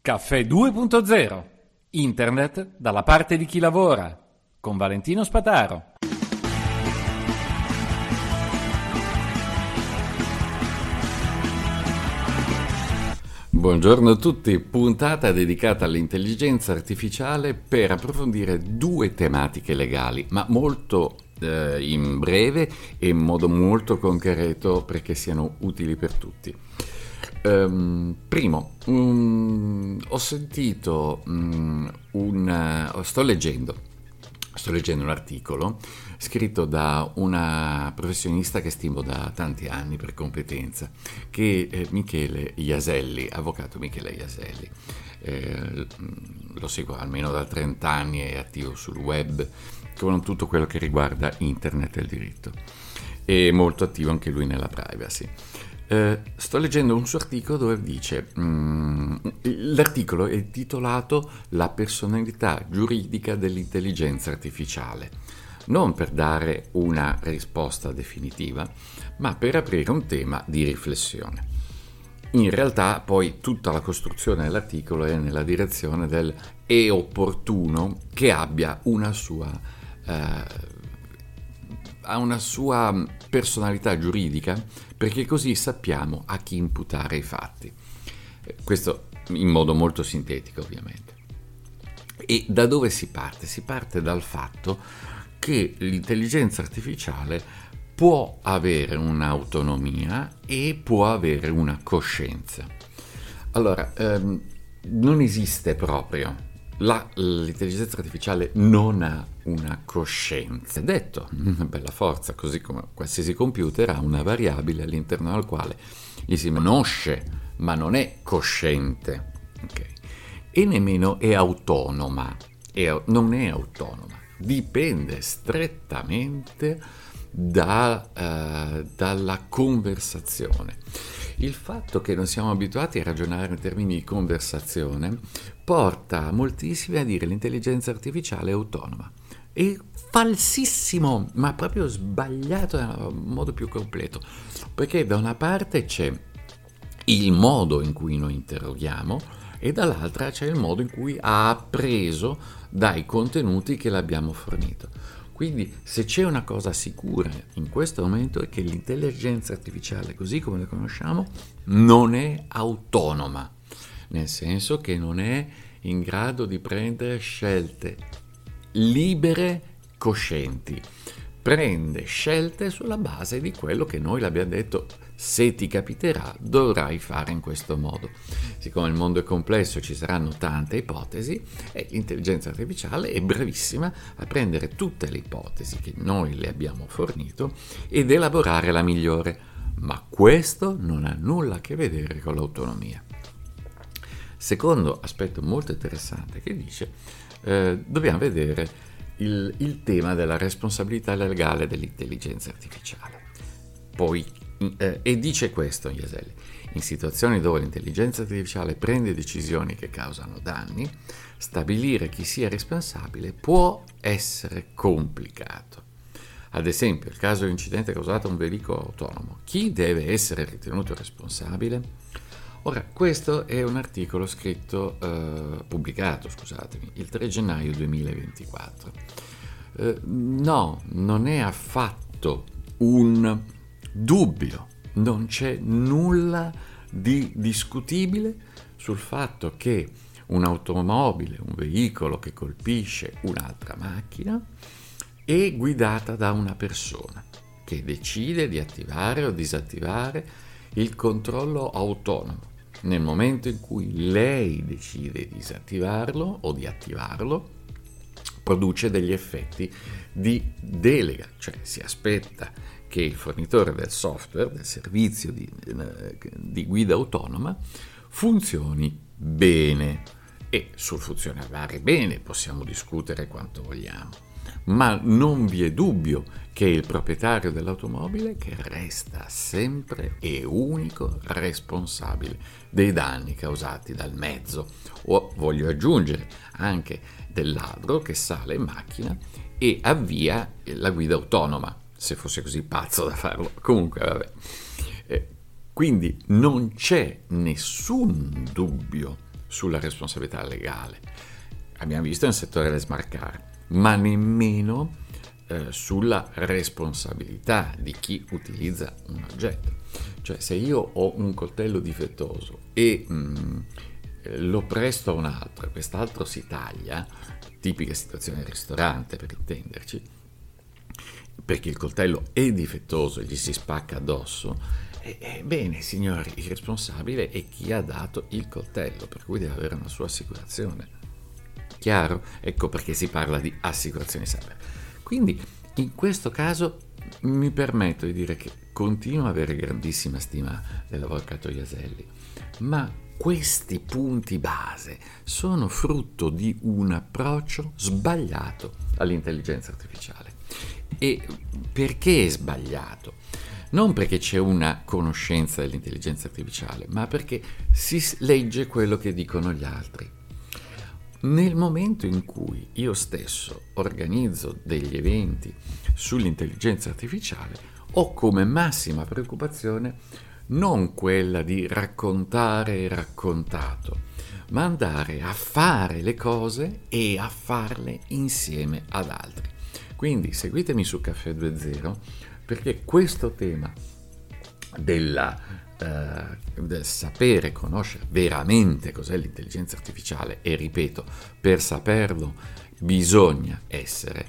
Caffè 2.0. Internet dalla parte di chi lavora. Con Valentino Spataro. Buongiorno a tutti, puntata dedicata all'intelligenza artificiale per approfondire due tematiche legali, ma molto in breve e in modo molto concreto perché siano utili per tutti. Primo, ho sentito sto leggendo un articolo scritto da una professionista che stimo da tanti anni per competenza, che è Michele Iaselli, avvocato Michele Iaselli. Lo seguo almeno da 30 anni, è attivo sul web con tutto quello che riguarda internet e il diritto. È molto attivo anche lui nella privacy. Sto leggendo un suo articolo dove dice, l'articolo è titolato La personalità giuridica dell'intelligenza artificiale, non per dare una risposta definitiva, ma per aprire un tema di riflessione. In realtà poi tutta la costruzione dell'articolo è nella direzione del è opportuno che abbia una sua personalità giuridica, perché così sappiamo a chi imputare i fatti. Questo in modo molto sintetico, ovviamente. E da dove si parte? Si parte dal fatto che l'intelligenza artificiale può avere un'autonomia e può avere una coscienza. Allora, non esiste proprio. L'intelligenza artificiale non ha una coscienza. Detto, una bella forza, così come qualsiasi computer ha una variabile all'interno della quale gli si conosce, ma non è cosciente. Okay. E nemmeno è autonoma. Non è autonoma. Dipende strettamente dalla conversazione. Il fatto che non siamo abituati a ragionare in termini di conversazione porta moltissimi a dire l'intelligenza artificiale è autonoma. È falsissimo, ma proprio sbagliato nel modo più completo, perché da una parte c'è il modo in cui noi interroghiamo e dall'altra c'è il modo in cui ha appreso dai contenuti che le abbiamo fornito. Quindi se c'è una cosa sicura in questo momento è che l'intelligenza artificiale, così come la conosciamo, non è autonoma, nel senso che non è in grado di prendere scelte libere, coscienti. Prende scelte sulla base di quello che noi le abbiamo detto: se ti capiterà dovrai fare in questo modo. Siccome il mondo è complesso, ci saranno tante ipotesi e l'intelligenza artificiale è bravissima a prendere tutte le ipotesi che noi le abbiamo fornito ed elaborare la migliore, ma questo non ha nulla a che vedere con l'autonomia. Secondo aspetto molto interessante che dice, dobbiamo vedere il tema della responsabilità legale dell'intelligenza artificiale. Poi e dice questo Iaselli: in situazioni dove l'intelligenza artificiale prende decisioni che causano danni, stabilire chi sia responsabile può essere complicato. Ad esempio, il caso di incidente causato da un veicolo autonomo, chi deve essere ritenuto responsabile? Ora, questo è un articolo pubblicato, il 3 gennaio 2024. No, non è affatto un dubbio, non c'è nulla di discutibile sul fatto che un'automobile, un veicolo che colpisce un'altra macchina, è guidata da una persona che decide di attivare o disattivare il controllo autonomo. Nel momento in cui lei decide di disattivarlo o di attivarlo, produce degli effetti di delega, cioè si aspetta che il fornitore del software, del servizio di guida autonoma, funzioni bene. E sul funzionare bene possiamo discutere quanto vogliamo, ma non vi è dubbio che il proprietario dell'automobile che resta sempre e unico responsabile dei danni causati dal mezzo, o voglio aggiungere anche del ladro che sale in macchina e avvia la guida autonoma, se fosse così pazzo da farlo. Comunque vabbè. Quindi non c'è nessun dubbio sulla responsabilità legale. Abbiamo visto nel settore delle smart car, ma nemmeno sulla responsabilità di chi utilizza un oggetto. Cioè, se io ho un coltello difettoso e lo presto a un altro e quest'altro si taglia, tipica situazione del ristorante per intenderci, perché il coltello è difettoso e gli si spacca addosso, bene signori, il responsabile è chi ha dato il coltello, per cui deve avere una sua assicurazione. Chiaro? Ecco perché si parla di assicurazioni cyber. Quindi in questo caso mi permetto di dire che continuo ad avere grandissima stima dell'avvocato Iaselli, ma questi punti base sono frutto di un approccio sbagliato all'intelligenza artificiale. E perché è sbagliato? Non perché c'è una conoscenza dell'intelligenza artificiale, ma perché si legge quello che dicono gli altri. Nel momento in cui io stesso organizzo degli eventi sull'intelligenza artificiale, ho come massima preoccupazione non quella di raccontare il raccontato, ma andare a fare le cose e a farle insieme ad altri. Quindi seguitemi su Caffè 2.0 perché questo tema del sapere conoscere veramente cos'è l'intelligenza artificiale, e ripeto, per saperlo bisogna essere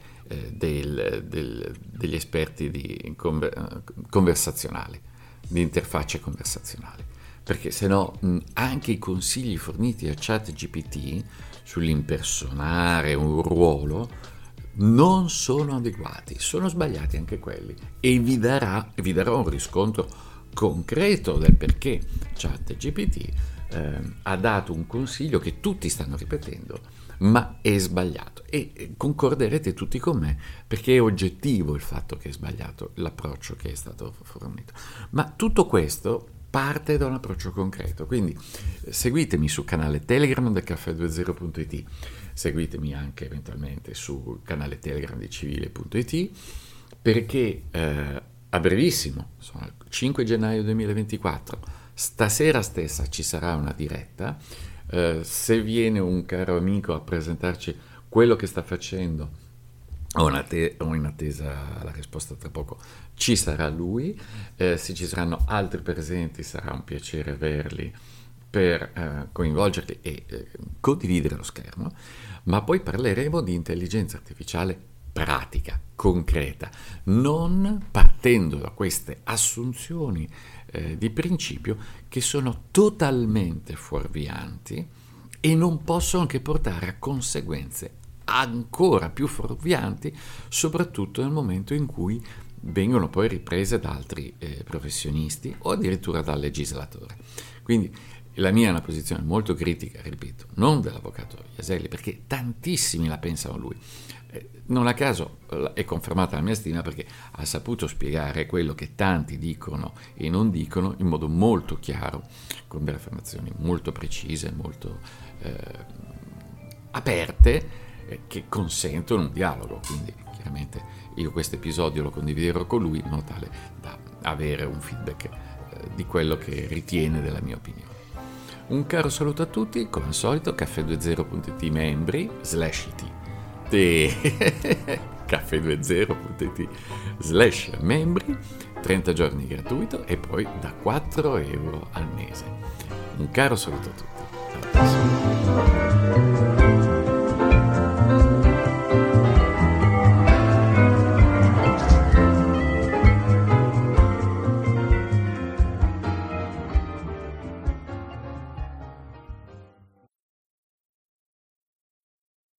degli esperti di conversazionali, di interfacce conversazionali, perché se no anche i consigli forniti a ChatGPT sull'impersonare un ruolo non sono adeguati, sono sbagliati anche quelli, e vi darò un riscontro concreto del perché ChatGPT ha dato un consiglio che tutti stanno ripetendo, ma è sbagliato, e concorderete tutti con me perché è oggettivo il fatto che è sbagliato l'approccio che è stato fornito. Ma tutto questo parte da un approccio concreto, quindi seguitemi sul canale Telegram del caffè20.it, seguitemi anche eventualmente sul canale Telegram di civile.it, perché a brevissimo, sono il 5 gennaio 2024, stasera stessa ci sarà una diretta. Se viene un caro amico a presentarci quello che sta facendo, o in attesa la risposta tra poco, ci sarà lui. Se ci saranno altri presenti sarà un piacere averli per coinvolgerli e condividere lo schermo, ma poi parleremo di intelligenza artificiale pratica, concreta, non partendo da queste assunzioni di principio che sono totalmente fuorvianti e non possono che portare a conseguenze ancora più fuorvianti, soprattutto nel momento in cui vengono poi riprese da altri professionisti o addirittura dal legislatore. Quindi la mia è una posizione molto critica, ripeto, non dell'avvocato Iaselli, perché tantissimi la pensano lui. Non a caso è confermata la mia stima perché ha saputo spiegare quello che tanti dicono e non dicono in modo molto chiaro, con delle affermazioni molto precise, molto aperte, che consentono un dialogo. Quindi chiaramente io questo episodio lo condividerò con lui in modo tale da avere un feedback di quello che ritiene della mia opinione. Un caro saluto a tutti, come al solito caffè20.it membri /it caffè20.it/membri, 30 giorni gratuito e poi da 4 euro al mese. Un caro saluto a tutti, alla prossima.